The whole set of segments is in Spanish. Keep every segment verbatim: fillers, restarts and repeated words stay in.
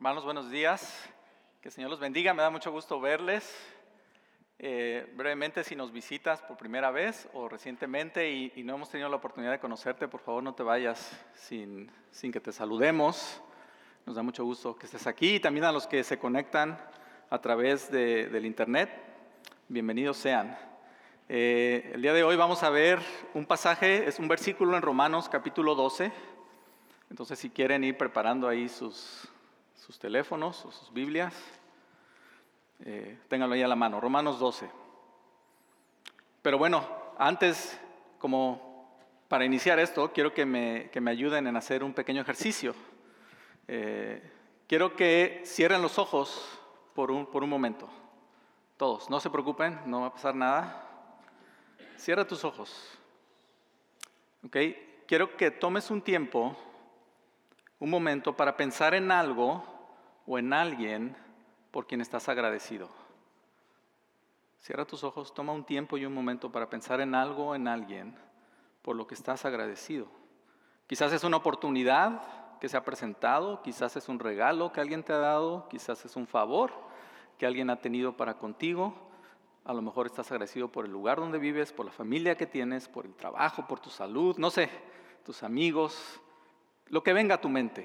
Hermanos, buenos días. Que el Señor los bendiga. Me da mucho gusto verles. Eh, brevemente, si nos visitas por primera vez o recientemente y, y no hemos tenido la oportunidad de conocerte, por favor no te vayas sin, sin que te saludemos. Nos da mucho gusto que estés aquí. Y también a los que se conectan a través de, del internet, bienvenidos sean. Eh, el día de hoy vamos a ver un pasaje, es un versículo en Romanos capítulo doce. Entonces, si quieren ir preparando ahí sus, sus teléfonos o sus Biblias, eh, ténganlo ahí a la mano, Romanos doce. Pero bueno, antes, como para iniciar esto, quiero que me, que me ayuden en hacer un pequeño ejercicio. Eh, quiero que cierren los ojos por un, por un momento. Todos, no se preocupen, no va a pasar nada. Cierra tus ojos. ¿Ok? Quiero que tomes un tiempo, un momento para pensar en algo o en alguien por quien estás agradecido. Cierra tus ojos, toma un tiempo y un momento para pensar en algo o en alguien por lo que estás agradecido. Quizás es una oportunidad que se ha presentado, quizás es un regalo que alguien te ha dado, quizás es un favor que alguien ha tenido para contigo. A lo mejor estás agradecido por el lugar donde vives, por la familia que tienes, por el trabajo, por tu salud, no sé, tus amigos, lo que venga a tu mente.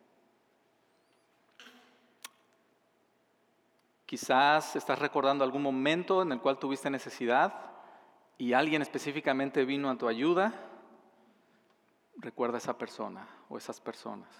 Quizás estás recordando algún momento en el cual tuviste necesidad y alguien específicamente vino a tu ayuda. Recuerda a esa persona o esas personas.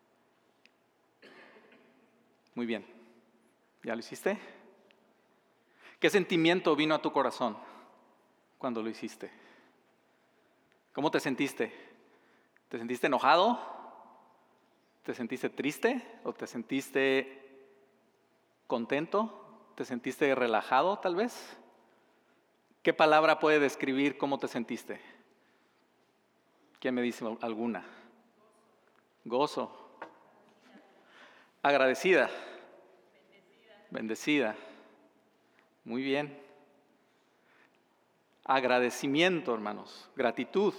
Muy bien. ¿Ya lo hiciste? ¿Qué sentimiento vino a tu corazón cuando lo hiciste? ¿Cómo te sentiste? ¿Te sentiste enojado? ¿Te sentiste triste? ¿O te sentiste contento? ¿Te sentiste relajado tal vez? ¿Qué palabra puede describir cómo te sentiste? ¿Quién me dice alguna? Gozo. Agradecida. Bendecida. Bendecida. Muy bien. Agradecimiento, hermanos. Gratitud.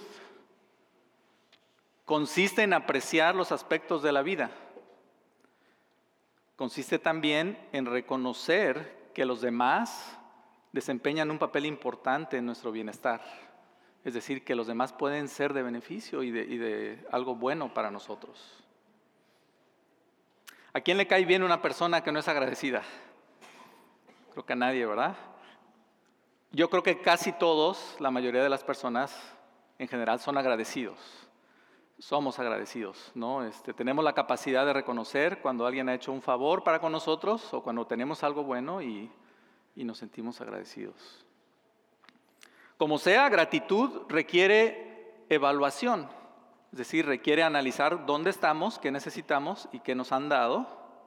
Consiste en apreciar los aspectos de la vida. Consiste también en reconocer que los demás desempeñan un papel importante en nuestro bienestar. Es decir, que los demás pueden ser de beneficio y de, y de algo bueno para nosotros. ¿A quién le cae bien una persona que no es agradecida? Creo que a nadie, ¿verdad? Yo creo que casi todos, la mayoría de las personas en general son agradecidos. Somos agradecidos, ¿no? Este, tenemos la capacidad de reconocer cuando alguien ha hecho un favor para con nosotros o cuando tenemos algo bueno y, y nos sentimos agradecidos. Como sea, gratitud requiere evaluación, es decir, requiere analizar dónde estamos, qué necesitamos y qué nos han dado.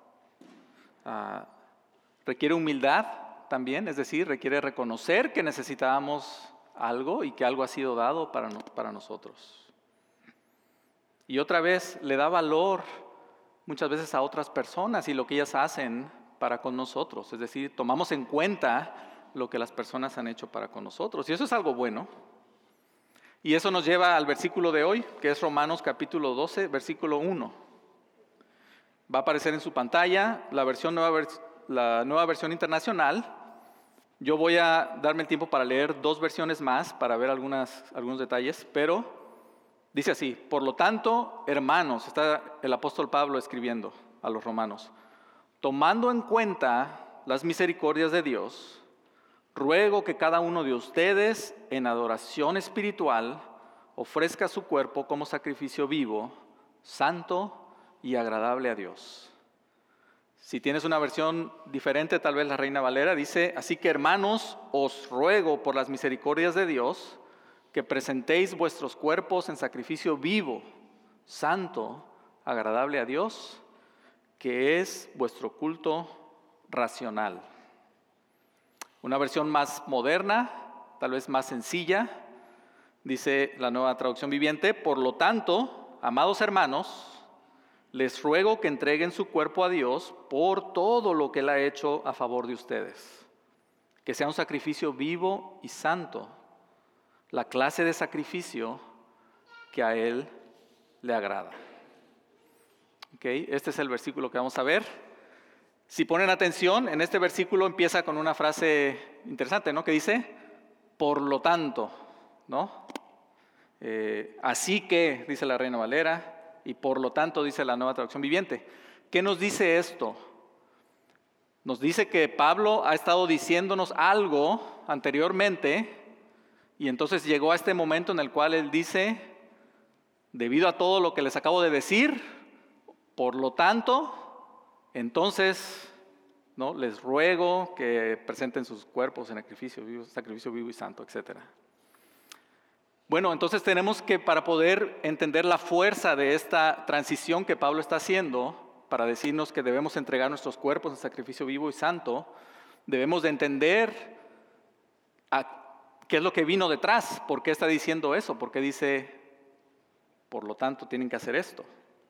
Uh, requiere humildad también, es decir, requiere reconocer que necesitábamos algo y que algo ha sido dado para, no, para nosotros. Y otra vez le da valor muchas veces a otras personas y lo que ellas hacen para con nosotros. Es decir, tomamos en cuenta lo que las personas han hecho para con nosotros. Y eso es algo bueno. Y eso nos lleva al versículo de hoy, que es Romanos capítulo doce, versículo uno. Va a aparecer en su pantalla la, versión nueva, la nueva versión internacional. Yo voy a darme el tiempo para leer dos versiones más para ver algunas, algunos detalles, pero dice así: por lo tanto, hermanos, está el apóstol Pablo escribiendo a los romanos, tomando en cuenta las misericordias de Dios, ruego que cada uno de ustedes en adoración espiritual ofrezca su cuerpo como sacrificio vivo, santo y agradable a Dios. Si tienes una versión diferente, tal vez la Reina Valera dice: así que hermanos, os ruego por las misericordias de Dios que presentéis vuestros cuerpos en sacrificio vivo, santo, agradable a Dios, que es vuestro culto racional. Una versión más moderna, tal vez más sencilla, dice la Nueva Traducción Viviente: por lo tanto, amados hermanos, les ruego que entreguen su cuerpo a Dios por todo lo que Él ha hecho a favor de ustedes, que sea un sacrificio vivo y santo, la clase de sacrificio que a Él le agrada. ¿Ok? ¿Okay? Este es el versículo que vamos a ver. Si ponen atención, en este versículo empieza con una frase interesante, ¿no? Que dice, por lo tanto, ¿no? Eh, así que, dice la Reina Valera, y por lo tanto, dice la Nueva Traducción Viviente. ¿Qué nos dice esto? Nos dice que Pablo ha estado diciéndonos algo anteriormente, y entonces llegó a este momento en el cual él dice, debido a todo lo que les acabo de decir, por lo tanto, entonces, ¿no? Les ruego que presenten sus cuerpos en sacrificio vivo, sacrificio vivo y santo, etcétera. Bueno, entonces tenemos que, para poder entender la fuerza de esta transición que Pablo está haciendo, para decirnos que debemos entregar nuestros cuerpos en sacrificio vivo y santo, debemos de entender a, qué es lo que vino detrás, por qué está diciendo eso, por qué dice, por lo tanto, tienen que hacer esto.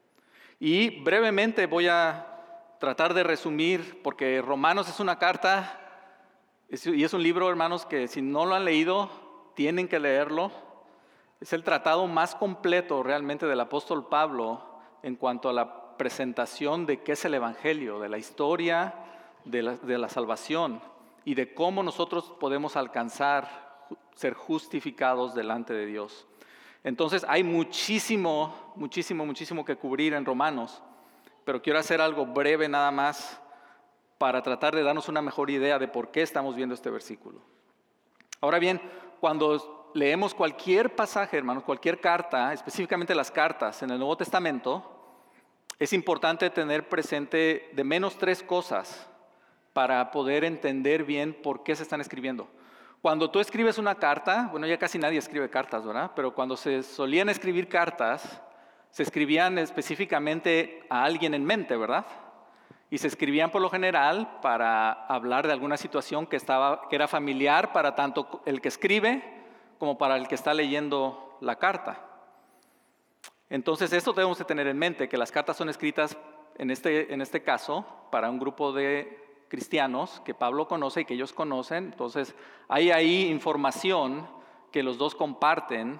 Y brevemente voy a tratar de resumir, porque Romanos es una carta, es, y es un libro, hermanos, que si no lo han leído, tienen que leerlo. Es el tratado más completo realmente del apóstol Pablo en cuanto a la presentación de qué es el Evangelio, de la historia de la, de la salvación y de cómo nosotros podemos alcanzar, ser justificados delante de Dios. Entonces hay muchísimo, muchísimo, muchísimo que cubrir en Romanos, pero quiero hacer algo breve nada más para tratar de darnos una mejor idea de por qué estamos viendo este versículo. Ahora bien, cuando leemos cualquier pasaje, hermanos, cualquier carta, específicamente las cartas en el Nuevo Testamento, es importante tener presente de menos tres cosas para poder entender bien por qué se están escribiendo. Cuando tú escribes una carta, bueno, ya casi nadie escribe cartas, ¿verdad? Pero cuando se solían escribir cartas, se escribían específicamente a alguien en mente, ¿verdad? Y se escribían por lo general para hablar de alguna situación que, estaba, que era familiar para tanto el que escribe como para el que está leyendo la carta. Entonces, esto debemos de tener en mente, que las cartas son escritas, en este, en este caso, para un grupo de cristianos que Pablo conoce y que ellos conocen. Entonces, hay ahí información que los dos comparten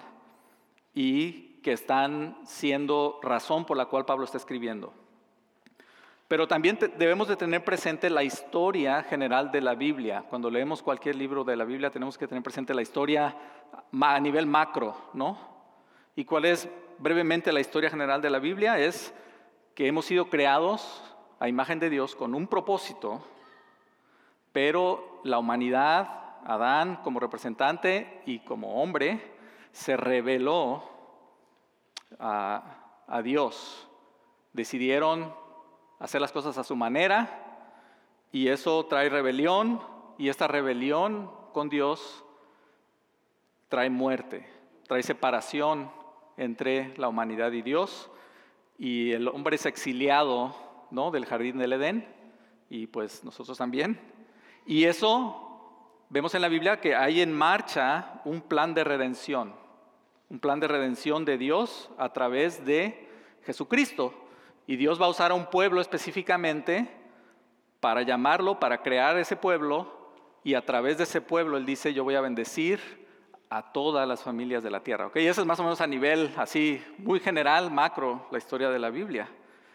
y que están siendo razón por la cual Pablo está escribiendo. Pero también te, debemos de tener presente la historia general de la Biblia. Cuando leemos cualquier libro de la Biblia tenemos que tener presente la historia a nivel macro, ¿no? ¿Y cuál es brevemente la historia general de la Biblia? Es que hemos sido creados a imagen de Dios con un propósito, pero la humanidad, Adán como representante y como hombre, se rebeló a, a Dios. Decidieron hacer las cosas a su manera y eso trae rebelión, y esta rebelión con Dios trae muerte, trae separación entre la humanidad y Dios, y el hombre es exiliado, ¿no?, del jardín del Edén, y pues nosotros también. Y eso vemos en la Biblia que hay en marcha un plan de redención, un plan de redención de Dios a través de Jesucristo. Y Dios va a usar a un pueblo específicamente para llamarlo, para crear ese pueblo, y a través de ese pueblo Él dice, yo voy a bendecir a todas las familias de la tierra. ¿Okay? Y eso es más o menos a nivel así muy general, macro, la historia de la Biblia.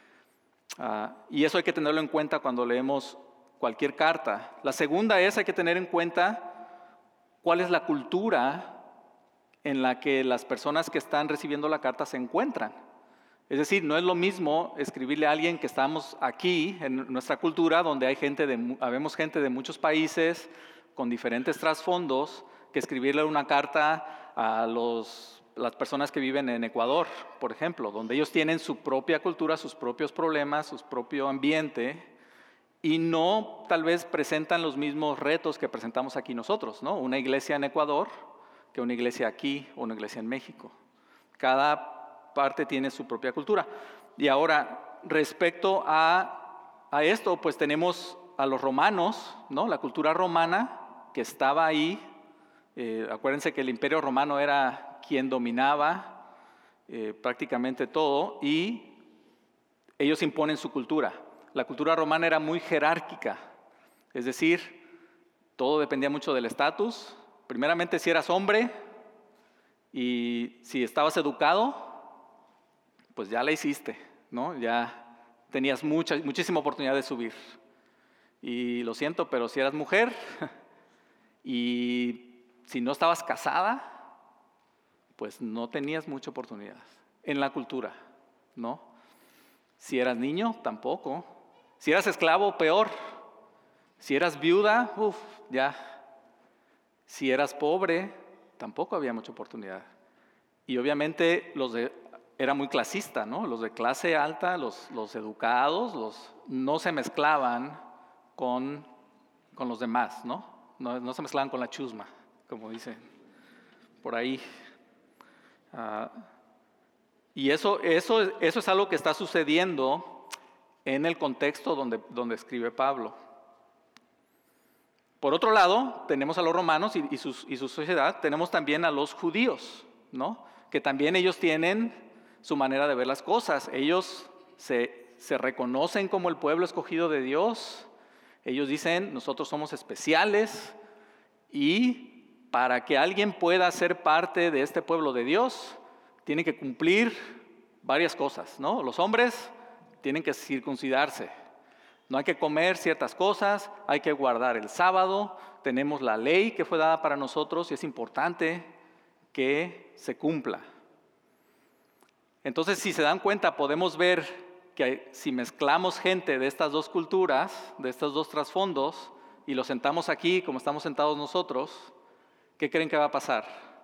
Uh, y eso hay que tenerlo en cuenta cuando leemos cualquier carta. La segunda es, hay que tener en cuenta cuál es la cultura en la que las personas que están recibiendo la carta se encuentran. Es decir, no es lo mismo escribirle a alguien que estamos aquí, en nuestra cultura, donde hay gente de, habemos gente de muchos países, con diferentes trasfondos, que escribirle una carta a los, las personas que viven en Ecuador, por ejemplo, donde ellos tienen su propia cultura, sus propios problemas, su propio ambiente, y no tal vez presentan los mismos retos que presentamos aquí nosotros, ¿no? Una iglesia en Ecuador que una iglesia aquí o una iglesia en México. Cada parte tiene su propia cultura. Y ahora, respecto a, a esto, pues tenemos a los romanos, ¿no? La cultura romana que estaba ahí. Eh, acuérdense que el Imperio Romano era quien dominaba eh, prácticamente todo, y ellos imponen su cultura. La cultura romana era muy jerárquica, es decir, todo dependía mucho del estatus. Primeramente, si eras hombre y si estabas educado, pues ya la hiciste, ¿no? Ya tenías mucha, muchísima oportunidad de subir. Y lo siento, pero si eras mujer y si no estabas casada, pues no tenías mucha oportunidad en la cultura, ¿no? Si eras niño, tampoco. Si eras esclavo, peor. Si eras viuda, uff, ya. Si eras pobre, tampoco había mucha oportunidad. Y obviamente los de, era muy clasista, ¿no? Los de clase alta, los, los educados, los, no se mezclaban con, con los demás, ¿no? ¿no? No se mezclaban con la chusma, como dicen por ahí. Uh, y eso, eso, eso es algo que está sucediendo en el contexto donde, donde escribe Pablo. Por otro lado, tenemos a los romanos y, y, sus, y su sociedad, tenemos también a los judíos, ¿no? Que también ellos tienen su manera de ver las cosas. Ellos se, se reconocen como el pueblo escogido de Dios. Ellos dicen, nosotros somos especiales y para que alguien pueda ser parte de este pueblo de Dios, tiene que cumplir varias cosas, ¿no? Los hombres tienen que circuncidarse. No hay que comer ciertas cosas, hay que guardar el sábado, tenemos la ley que fue dada para nosotros y es importante que se cumpla. Entonces, si se dan cuenta, podemos ver que si mezclamos gente de estas dos culturas, de estos dos trasfondos, y los sentamos aquí como estamos sentados nosotros, ¿qué creen que va a pasar?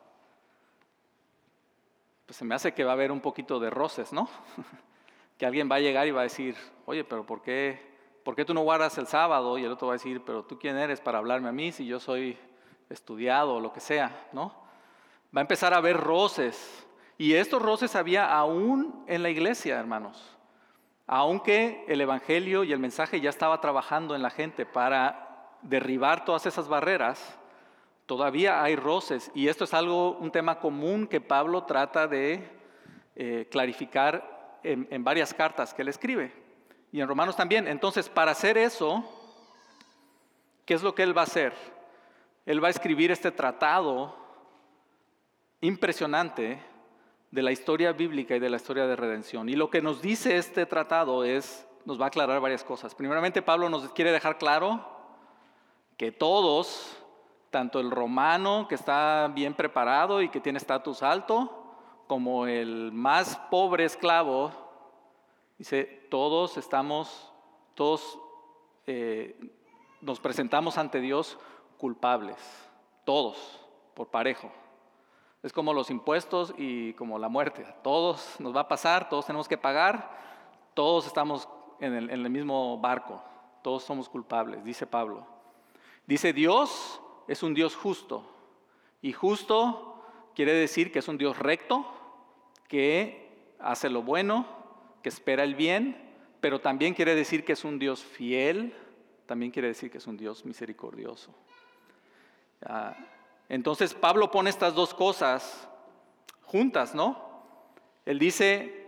Pues se me hace que va a haber un poquito de roces, ¿no? Que alguien va a llegar y va a decir, oye, pero ¿por qué? ¿Por qué tú no guardas el sábado? Y el otro va a decir, pero ¿tú quién eres para hablarme a mí si yo soy estudiado o lo que sea, ¿no? Va a empezar a haber roces. Y estos roces había aún en la iglesia, hermanos. Aunque el evangelio y el mensaje ya estaba trabajando en la gente para derribar todas esas barreras, todavía hay roces. Y esto es algo, un tema común que Pablo trata de eh, clarificar en, en varias cartas que él escribe. Y en Romanos también. Entonces, para hacer eso, ¿qué es lo que él va a hacer? Él va a escribir este tratado impresionante de la historia bíblica y de la historia de redención. Y lo que nos dice este tratado es, nos va a aclarar varias cosas. Primeramente, Pablo nos quiere dejar claro que todos, tanto el romano que está bien preparado y que tiene estatus alto, como el más pobre esclavo, dice, todos estamos, todos eh, nos presentamos ante Dios culpables, todos, por parejo. Es como los impuestos y como la muerte, todos nos va a pasar, todos tenemos que pagar, todos estamos en el, en el mismo barco, todos somos culpables, dice Pablo. Dice, Dios es un Dios justo, y justo quiere decir que es un Dios recto, que hace lo bueno, que espera el bien, pero también quiere decir que es un Dios fiel, también quiere decir que es un Dios misericordioso. Uh, entonces Pablo pone estas dos cosas juntas, ¿no? Él dice,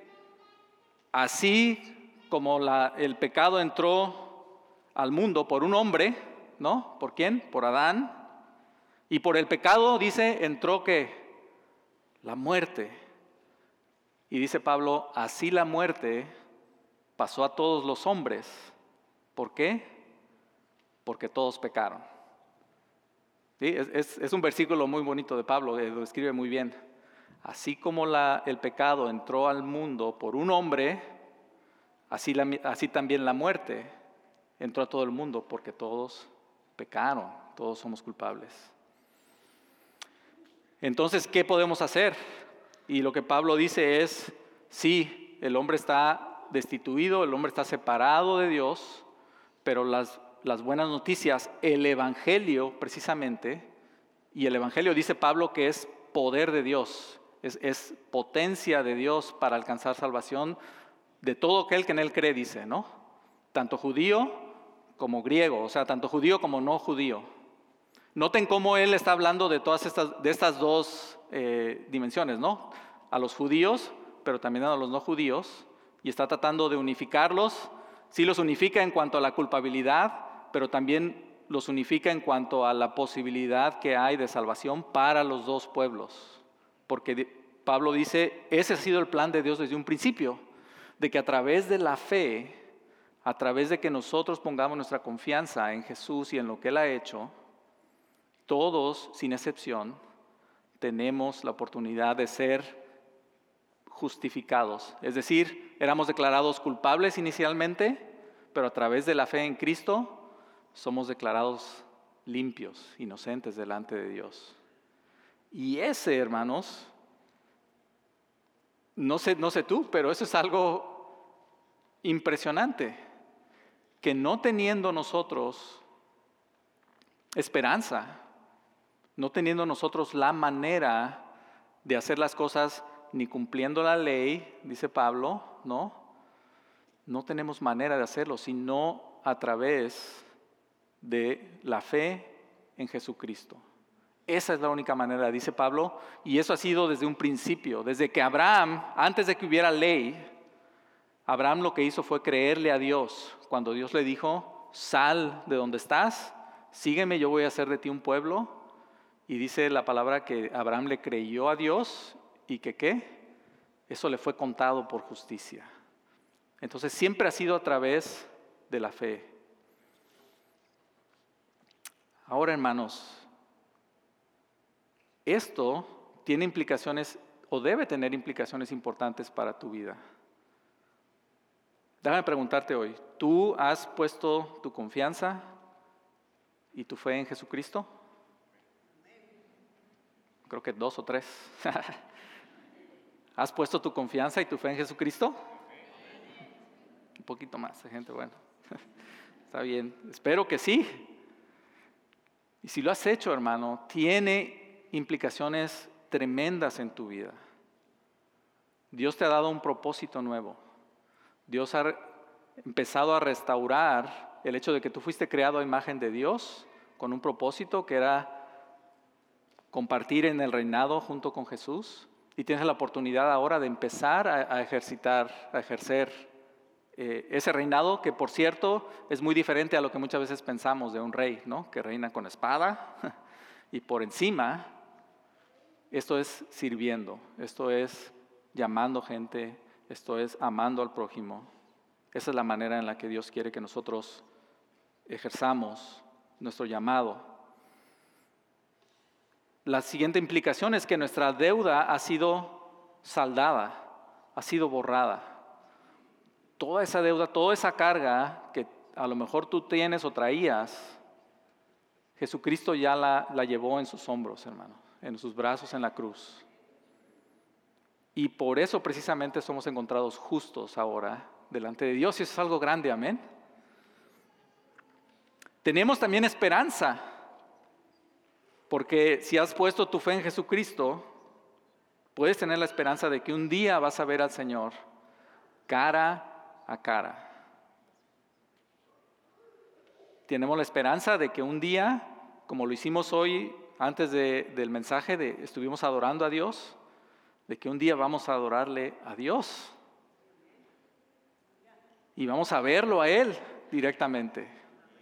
así como la, el pecado entró al mundo por un hombre, ¿no? ¿Por quién? Por Adán. Y por el pecado, dice, entró ¿qué? La muerte. Y dice Pablo, así la muerte pasó a todos los hombres. ¿Por qué? Porque todos pecaron. ¿Sí? Es, es, es un versículo muy bonito de Pablo, lo escribe muy bien. Así como la, el pecado entró al mundo por un hombre, así, la, así también la muerte entró a todo el mundo, porque todos pecaron, todos somos culpables. Entonces, ¿qué podemos hacer? Y lo que Pablo dice es, sí, el hombre está destituido, el hombre está separado de Dios, pero las, las buenas noticias, el evangelio precisamente, y el evangelio dice Pablo que es poder de Dios, es, es potencia de Dios para alcanzar salvación de todo aquel que en él cree, dice, ¿no? Tanto judío como griego, o sea, tanto judío como no judío. Noten cómo él está hablando de todas estas, de estas dos eh, dimensiones, ¿no? A los judíos, pero también a los no judíos, y está tratando de unificarlos. Sí los unifica en cuanto a la culpabilidad, pero también los unifica en cuanto a la posibilidad que hay de salvación para los dos pueblos. Porque Pablo dice, ese ha sido el plan de Dios desde un principio, de que a través de la fe a través de que nosotros pongamos nuestra confianza en Jesús y en lo que Él ha hecho, todos, sin excepción, tenemos la oportunidad de ser justificados. Es decir, éramos declarados culpables inicialmente, pero a través de la fe en Cristo somos declarados limpios, inocentes delante de Dios. Y ese, hermanos, no sé, no sé tú, pero eso es algo impresionante, que no teniendo nosotros esperanza, no teniendo nosotros la manera de hacer las cosas ni cumpliendo la ley, dice Pablo, ¿no? No tenemos manera de hacerlo, sino a través de la fe en Jesucristo. Esa es la única manera, dice Pablo, y eso ha sido desde un principio, desde que Abraham, antes de que hubiera ley, Abraham lo que hizo fue creerle a Dios. Cuando Dios le dijo, sal de donde estás, sígueme, yo voy a hacer de ti un pueblo. Y dice la palabra que Abraham le creyó a Dios y que ¿qué? Eso le fue contado por justicia. Entonces siempre ha sido a través de la fe. Ahora, hermanos, esto tiene implicaciones o debe tener implicaciones importantes para tu vida. Déjame preguntarte hoy, ¿tú has puesto tu confianza y tu fe en Jesucristo? Creo que dos o tres. ¿Has puesto tu confianza y tu fe en Jesucristo? Un poquito más, gente, bueno. Está bien, espero que sí. Y si lo has hecho, hermano, tiene implicaciones tremendas en tu vida. Dios te ha dado un propósito nuevo. Dios ha empezado a restaurar el hecho de que tú fuiste creado a imagen de Dios con un propósito que era compartir en el reinado junto con Jesús, y tienes la oportunidad ahora de empezar a, a ejercitar, a ejercer eh, ese reinado que, por cierto, es muy diferente a lo que muchas veces pensamos de un rey, ¿no? Que reina con espada y por encima. Esto es sirviendo, esto es llamando gente, esto es amando al prójimo. Esa es la manera en la que Dios quiere que nosotros ejerzamos nuestro llamado. La siguiente implicación es que nuestra deuda ha sido saldada, ha sido borrada. Toda esa deuda, toda esa carga que a lo mejor tú tienes o traías, Jesucristo ya la, la llevó en sus hombros, hermano, en sus brazos en la cruz. Y por eso precisamente somos encontrados justos ahora delante de Dios, y eso es algo grande, amén. Tenemos también esperanza. Porque si has puesto tu fe en Jesucristo, puedes tener la esperanza de que un día vas a ver al Señor cara a cara. Tenemos la esperanza de que un día, como lo hicimos hoy antes de, del mensaje, de, estuvimos adorando a Dios, de que un día vamos a adorarle a Dios. Y vamos a verlo a Él directamente.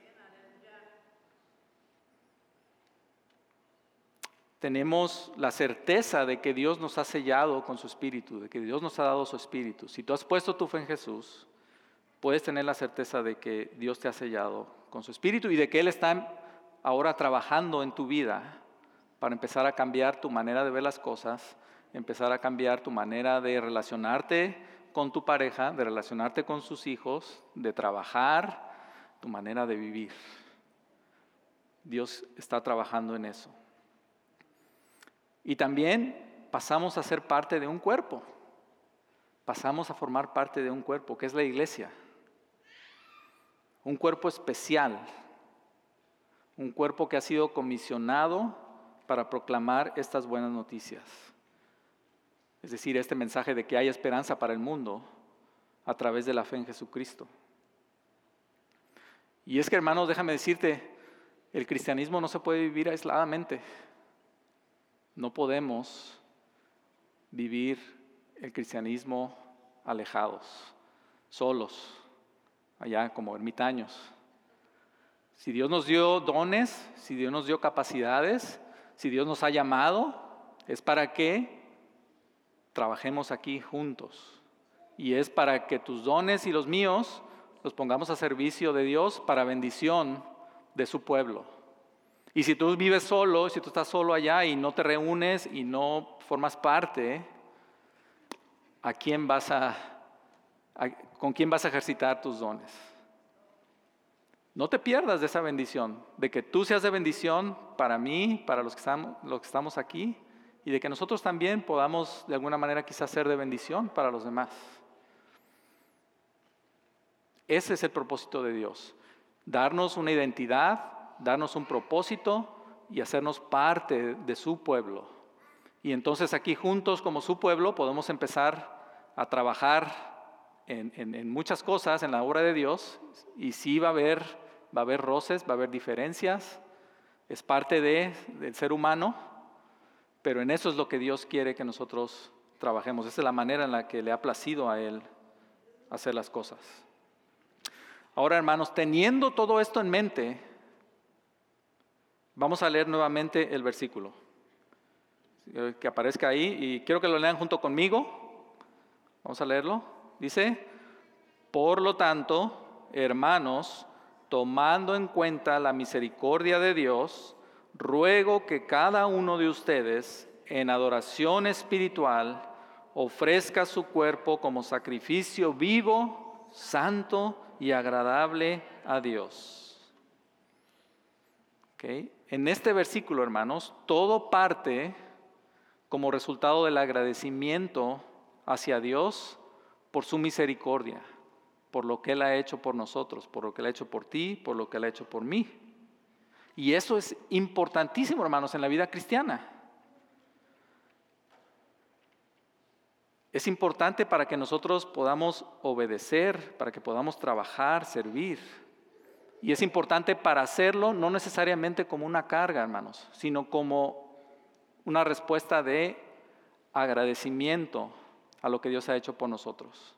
Tenemos la certeza de que Dios nos ha sellado con su Espíritu, de que Dios nos ha dado su Espíritu. Si tú has puesto tu fe en Jesús, puedes tener la certeza de que Dios te ha sellado con su Espíritu y de que Él está ahora trabajando en tu vida para empezar a cambiar tu manera de ver las cosas, empezar a cambiar tu manera de relacionarte con tu pareja, de relacionarte con sus hijos, de trabajar, tu manera de vivir. Dios está trabajando en eso. Y también pasamos a ser parte de un cuerpo. Pasamos a formar parte de un cuerpo, que es la iglesia. Un cuerpo especial. Un cuerpo que ha sido comisionado para proclamar estas buenas noticias. Es decir, este mensaje de que hay esperanza para el mundo a través de la fe en Jesucristo. Y es que, hermanos, déjame decirte, el cristianismo no se puede vivir aisladamente. No podemos vivir el cristianismo alejados, solos, allá como ermitaños. Si Dios nos dio dones, si Dios nos dio capacidades, si Dios nos ha llamado, es para que trabajemos aquí juntos. Y es para que tus dones y los míos los pongamos a servicio de Dios para bendición de su pueblo. Y si tú vives solo, si tú estás solo allá y no te reúnes y no formas parte, ¿a quién vas a, a, con quién vas a ejercitar tus dones? No te pierdas de esa bendición, de que tú seas de bendición para mí, para los que estamos, los que estamos aquí, y de que nosotros también podamos de alguna manera quizás ser de bendición para los demás. Ese es el propósito de Dios, darnos una identidad, darnos un propósito y hacernos parte de su pueblo. Y entonces aquí juntos como su pueblo podemos empezar a trabajar en, en, en muchas cosas en la obra de Dios, y sí va a haber, va a haber roces, va a haber diferencias, es parte de, del ser humano, pero en eso es lo que Dios quiere que nosotros trabajemos. Esa es la manera en la que le ha placido a Él hacer las cosas. Ahora, hermanos, teniendo todo esto en mente, vamos a leer nuevamente el versículo que aparezca ahí y quiero que lo lean junto conmigo. Vamos a leerlo. Dice: por lo tanto, hermanos, tomando en cuenta la misericordia de Dios, ruego que cada uno de ustedes, en adoración espiritual, ofrezca su cuerpo como sacrificio vivo, santo y agradable a Dios. ¿Okay? En este versículo, hermanos, todo parte como resultado del agradecimiento hacia Dios por su misericordia, por lo que Él ha hecho por nosotros, por lo que Él ha hecho por ti, por lo que Él ha hecho por mí. Y eso es importantísimo, hermanos, en la vida cristiana. Es importante para que nosotros podamos obedecer, para que podamos trabajar, servir. Y es importante para hacerlo no necesariamente como una carga, hermanos, sino como una respuesta de agradecimiento a lo que Dios ha hecho por nosotros.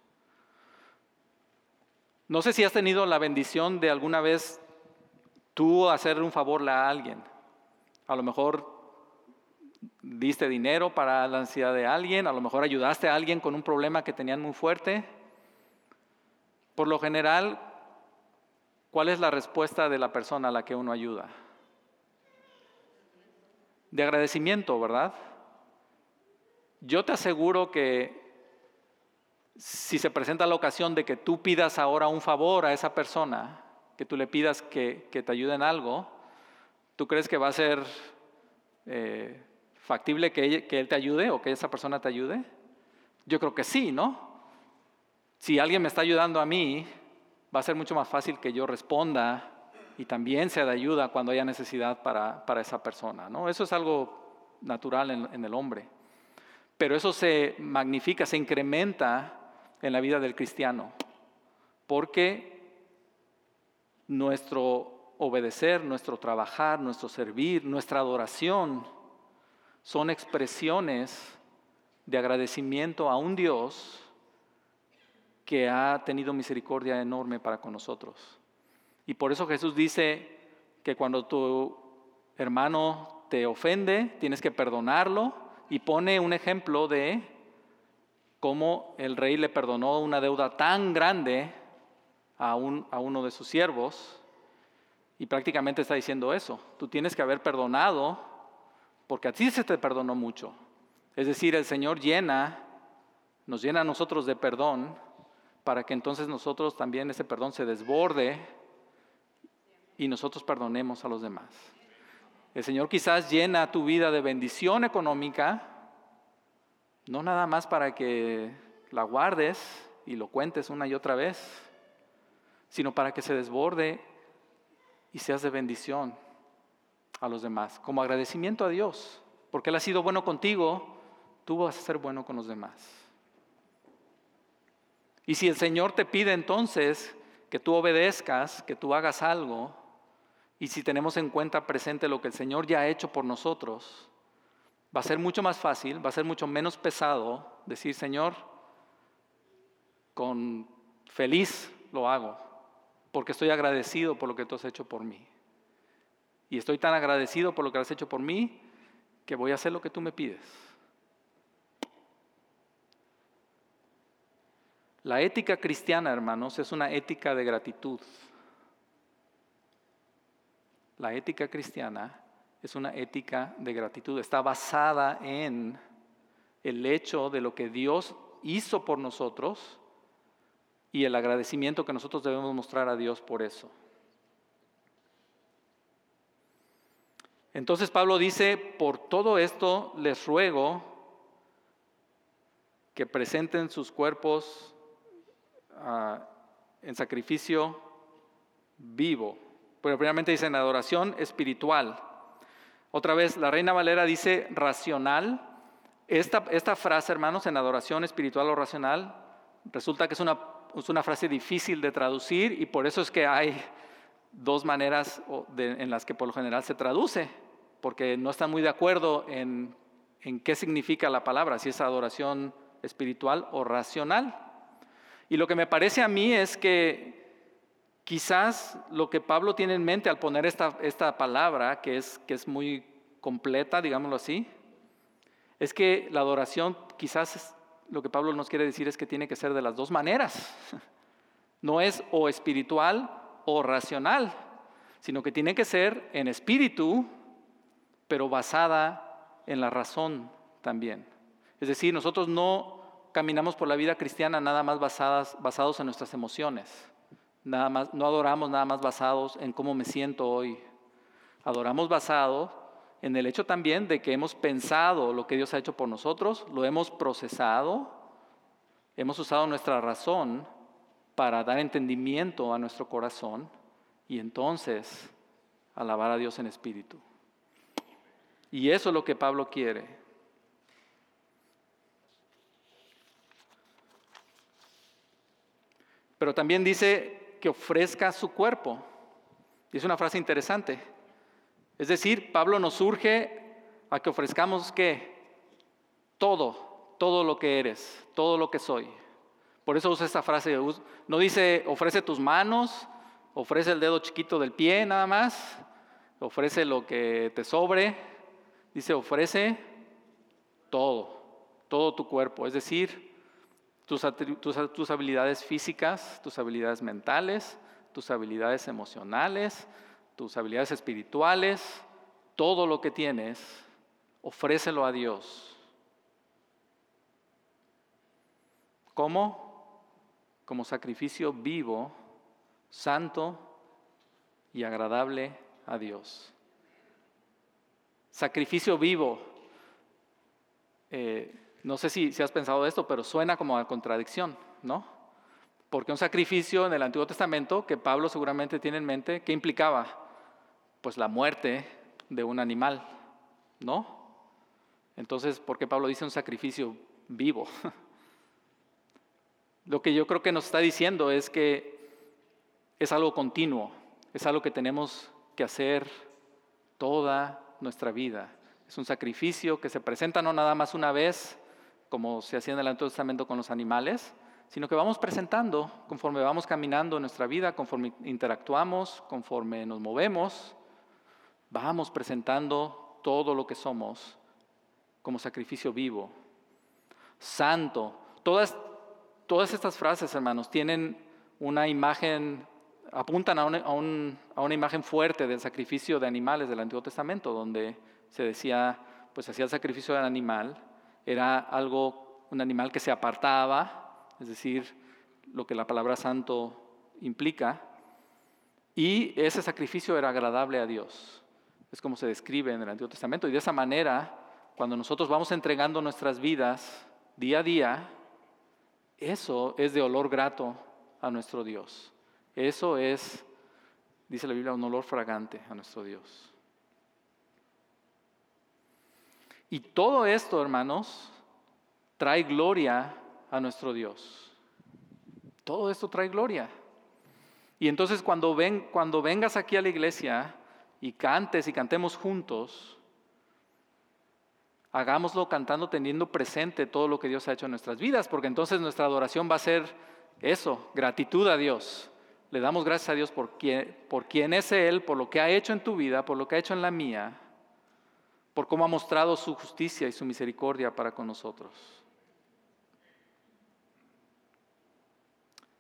No sé si has tenido la bendición de alguna vez tú hacerle un favor a alguien. A lo mejor diste dinero para la necesidad de alguien, a lo mejor ayudaste a alguien con un problema que tenían muy fuerte. Por lo general, ¿cuál es la respuesta de la persona a la que uno ayuda? De agradecimiento, ¿verdad? Yo te aseguro que si se presenta la ocasión de que tú pidas ahora un favor a esa persona, que tú le pidas que, que te ayude en algo, ¿tú crees que va a ser eh, factible que, ella, que él te ayude o que esa persona te ayude? Yo creo que sí, ¿no? Si alguien me está ayudando a mí, va a ser mucho más fácil que yo responda y también sea de ayuda cuando haya necesidad para, para esa persona, ¿no? Eso es algo natural en, en el hombre. Pero eso se magnifica, se incrementa en la vida del cristiano, porque nuestro obedecer, nuestro trabajar, nuestro servir, nuestra adoración son expresiones de agradecimiento a un Dios que ha tenido misericordia enorme para con nosotros. Y por eso Jesús dice que cuando tu hermano te ofende, tienes que perdonarlo, y pone un ejemplo de cómo el rey le perdonó una deuda tan grande a, un, a uno de sus siervos, y prácticamente está diciendo eso: tú tienes que haber perdonado porque a ti se te perdonó mucho. Es decir, el Señor llena, nos llena a nosotros de perdón para que entonces nosotros también ese perdón se desborde y nosotros perdonemos a los demás. El Señor quizás llena tu vida de bendición económica, no nada más para que la guardes y lo cuentes una y otra vez, sino para que se desborde y seas de bendición a los demás, como agradecimiento a Dios, porque Él ha sido bueno contigo, tú vas a ser bueno con los demás. Y si el Señor te pide entonces que tú obedezcas, que tú hagas algo, y si tenemos en cuenta presente lo que el Señor ya ha hecho por nosotros, va a ser mucho más fácil, va a ser mucho menos pesado decir: Señor, con feliz lo hago, porque estoy agradecido por lo que tú has hecho por mí. Y estoy tan agradecido por lo que has hecho por mí, que voy a hacer lo que tú me pides. La ética cristiana, hermanos, es una ética de gratitud. La ética cristiana es una ética de gratitud. Está basada en el hecho de lo que Dios hizo por nosotros y el agradecimiento que nosotros debemos mostrar a Dios por eso. Entonces Pablo dice, por todo esto les ruego que presenten sus cuerpos uh, en sacrificio vivo. Pero primeramente dice en adoración espiritual. Otra vez, la Reina Valera dice racional. Esta, esta frase, hermanos, en adoración espiritual o racional, resulta que es una, es una frase difícil de traducir y por eso es que hay dos maneras de, en las que por lo general se traduce, porque no están muy de acuerdo en, en qué significa la palabra, si es adoración espiritual o racional. Y lo que me parece a mí es que quizás lo que Pablo tiene en mente al poner esta, esta palabra, que es, que es muy completa, digámoslo así, es que la adoración quizás es, lo que Pablo nos quiere decir es que tiene que ser de las dos maneras. No es o espiritual o racional, sino que tiene que ser en espíritu, pero basada en la razón también. Es decir, nosotros no caminamos por la vida cristiana nada más basadas, basados en nuestras emociones. Nada más, no adoramos nada más basados en cómo me siento hoy. Adoramos basado en el hecho también de que hemos pensado lo que Dios ha hecho por nosotros, lo hemos procesado, hemos usado nuestra razón para dar entendimiento a nuestro corazón y entonces alabar a Dios en espíritu. Y eso es lo que Pablo quiere. Pero también dice que ofrezca su cuerpo. Y es una frase interesante. Es decir, Pablo nos urge a que ofrezcamos ¿qué? Todo, todo lo que eres, todo lo que soy. Por eso usa esta frase, no dice ofrece tus manos, ofrece el dedo chiquito del pie nada más, ofrece lo que te sobre, dice ofrece todo, todo tu cuerpo, es decir, tus, tus, tus habilidades físicas, tus habilidades mentales, tus habilidades emocionales, tus habilidades espirituales, todo lo que tienes, ofrécelo a Dios. ¿Cómo? Como sacrificio vivo, santo y agradable a Dios. Sacrificio vivo. Eh, no sé si, si has pensado esto, pero suena como a contradicción, ¿no? Porque un sacrificio en el Antiguo Testamento, que Pablo seguramente tiene en mente, ¿qué implicaba? Pues la muerte de un animal, ¿no? Entonces, ¿por qué Pablo dice un sacrificio vivo? Lo que yo creo que nos está diciendo es que es algo continuo, es algo que tenemos que hacer toda nuestra vida. Es un sacrificio que se presenta no nada más una vez, como se hacía en el Antiguo Testamento con los animales, sino que vamos presentando conforme vamos caminando en nuestra vida, conforme interactuamos, conforme nos movemos, vamos presentando todo lo que somos como sacrificio vivo, santo. Todas, todas estas frases, hermanos, tienen una imagen, apuntan a una, a, un, a una imagen fuerte del sacrificio de animales del Antiguo Testamento, donde se decía, pues hacía el sacrificio del animal, era algo, un animal que se apartaba, es decir, lo que la palabra santo implica, y ese sacrificio era agradable a Dios. Es como se describe en el Antiguo Testamento. Y de esa manera, cuando nosotros vamos entregando nuestras vidas día a día, eso es de olor grato a nuestro Dios. Eso es, dice la Biblia, un olor fragante a nuestro Dios. Y todo esto, hermanos, trae gloria a nuestro Dios. Todo esto trae gloria. Y entonces cuando, ven, cuando vengas aquí a la iglesia y cantes y cantemos juntos, hagámoslo cantando, teniendo presente todo lo que Dios ha hecho en nuestras vidas, porque entonces nuestra adoración va a ser eso, gratitud a Dios. Le damos gracias a Dios por quien, por quien es Él, por lo que ha hecho en tu vida, por lo que ha hecho en la mía, por cómo ha mostrado su justicia y su misericordia para con nosotros.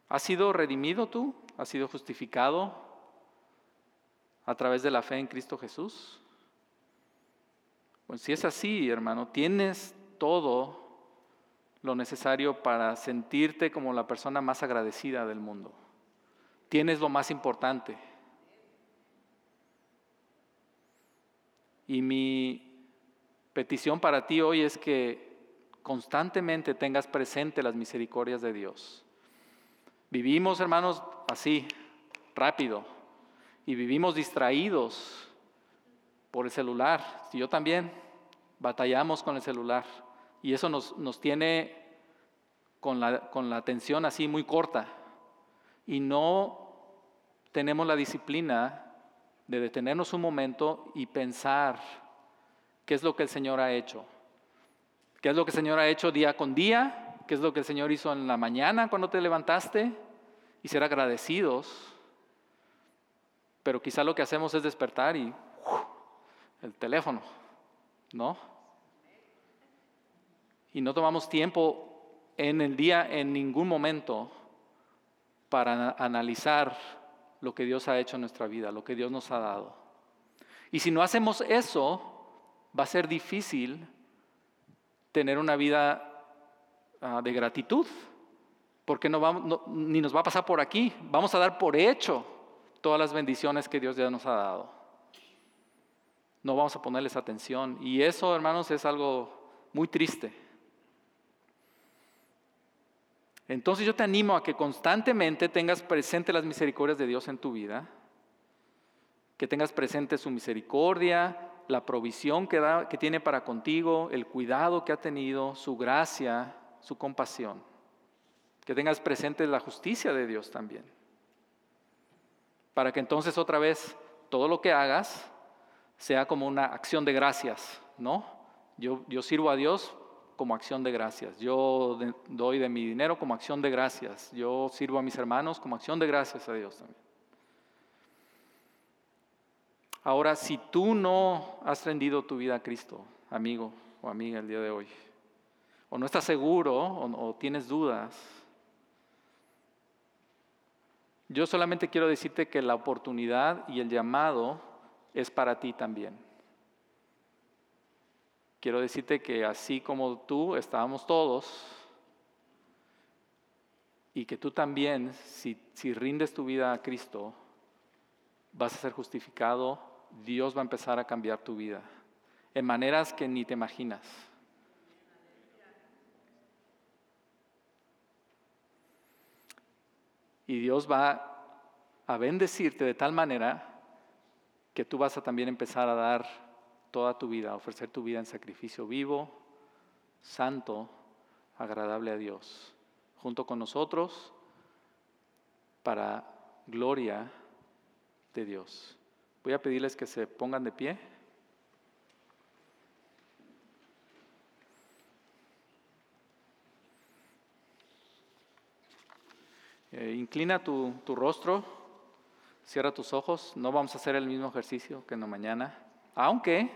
¿Has sido redimido tú? ¿Has sido justificado a través de la fe en Cristo Jesús? Pues si es así, hermano, tienes todo lo necesario para sentirte como la persona más agradecida del mundo. Tienes lo más importante. Y mi petición para ti hoy es que constantemente tengas presente las misericordias de Dios. Vivimos, hermanos, así, rápido, y vivimos distraídos por el celular. Yo también batallamos con el celular, y eso nos, nos tiene con la, con la atención así muy corta, y no tenemos la disciplina de detenernos un momento y pensar qué es lo que el Señor ha hecho. ¿Qué es lo que el Señor ha hecho día con día? ¿Qué es lo que el Señor hizo en la mañana cuando te levantaste? Y ser agradecidos. Pero quizá lo que hacemos es despertar y ¡uf! El teléfono, ¿no? Y no tomamos tiempo en el día, en ningún momento, para analizar lo que Dios ha hecho en nuestra vida, lo que Dios nos ha dado. Y si no hacemos eso, va a ser difícil tener una vida uh, de gratitud, porque no vamos, no, ni nos va a pasar por aquí. Vamos a dar por hecho todas las bendiciones que Dios ya nos ha dado. No vamos a ponerles atención. Y eso, hermanos, es algo muy triste. Entonces yo te animo a que constantemente tengas presente las misericordias de Dios en tu vida, que tengas presente su misericordia, la provisión que, da, que tiene para contigo, el cuidado que ha tenido, su gracia, su compasión. Que tengas presente la justicia de Dios también. Para que entonces otra vez todo lo que hagas sea como una acción de gracias, ¿no? Yo, yo sirvo a Dios como acción de gracias. Yo de, doy de mi dinero como acción de gracias. Yo sirvo a mis hermanos como acción de gracias a Dios también. Ahora, si tú no has rendido tu vida a Cristo, amigo o amiga, el día de hoy, o no estás seguro o, o tienes dudas, yo solamente quiero decirte que la oportunidad y el llamado es para ti también. Quiero decirte que así como tú, estábamos todos, y que tú también, si, si rindes tu vida a Cristo, vas a ser justificado. Dios va a empezar a cambiar tu vida en maneras que ni te imaginas. Y Dios va a bendecirte de tal manera que tú vas a también empezar a dar toda tu vida, a ofrecer tu vida en sacrificio vivo, santo, agradable a Dios, junto con nosotros, para gloria de Dios. Voy a pedirles que se pongan de pie. Eh, inclina tu, tu rostro, cierra tus ojos. No vamos a hacer el mismo ejercicio que en la mañana, aunque,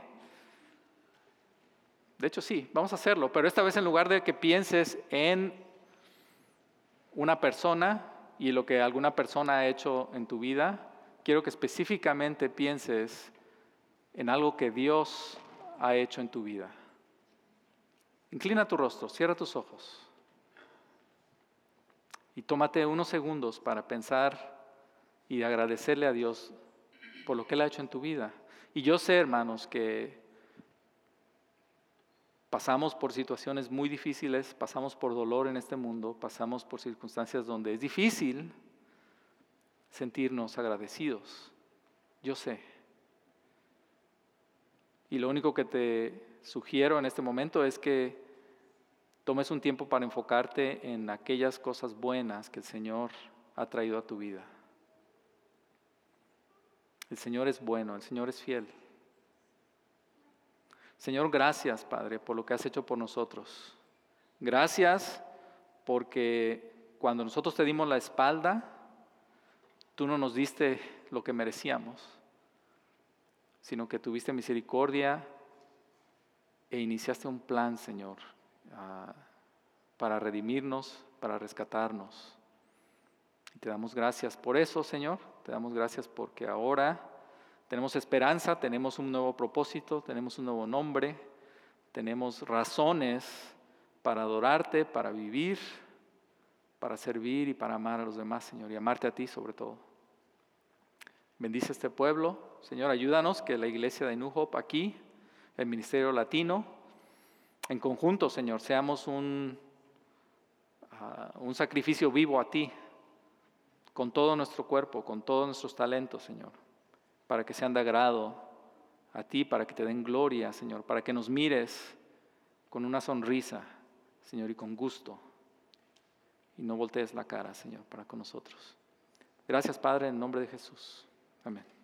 de hecho sí, vamos a hacerlo, pero esta vez en lugar de que pienses en una persona y lo que alguna persona ha hecho en tu vida, quiero que específicamente pienses en algo que Dios ha hecho en tu vida. Inclina tu rostro, cierra tus ojos y tómate unos segundos para pensar y agradecerle a Dios por lo que Él ha hecho en tu vida. Y yo sé, hermanos, que pasamos por situaciones muy difíciles, pasamos por dolor en este mundo, pasamos por circunstancias donde es difícil sentirnos agradecidos. Yo sé. Y lo único que te sugiero en este momento es que tomes un tiempo para enfocarte en aquellas cosas buenas que el Señor ha traído a tu vida. El Señor es bueno, el Señor es fiel. Señor, gracias, Padre, por lo que has hecho por nosotros. Gracias porque cuando nosotros te dimos la espalda, tú no nos diste lo que merecíamos, sino que tuviste misericordia e iniciaste un plan, Señor, uh, para redimirnos, para rescatarnos. Y te damos gracias por eso, Señor. Te damos gracias porque ahora tenemos esperanza, tenemos un nuevo propósito, tenemos un nuevo nombre, tenemos razones para adorarte, para vivir, para servir y para amar a los demás, Señor, y amarte a ti sobre todo. Bendice este pueblo, Señor, ayúdanos que la iglesia de New Hope aquí, el Ministerio Latino, en conjunto, Señor, seamos un, uh, un sacrificio vivo a ti, con todo nuestro cuerpo, con todos nuestros talentos, Señor, para que sean de agrado a ti, para que te den gloria, Señor, para que nos mires con una sonrisa, Señor, y con gusto, y no voltees la cara, Señor, para con nosotros. Gracias, Padre, en nombre de Jesús. Amén.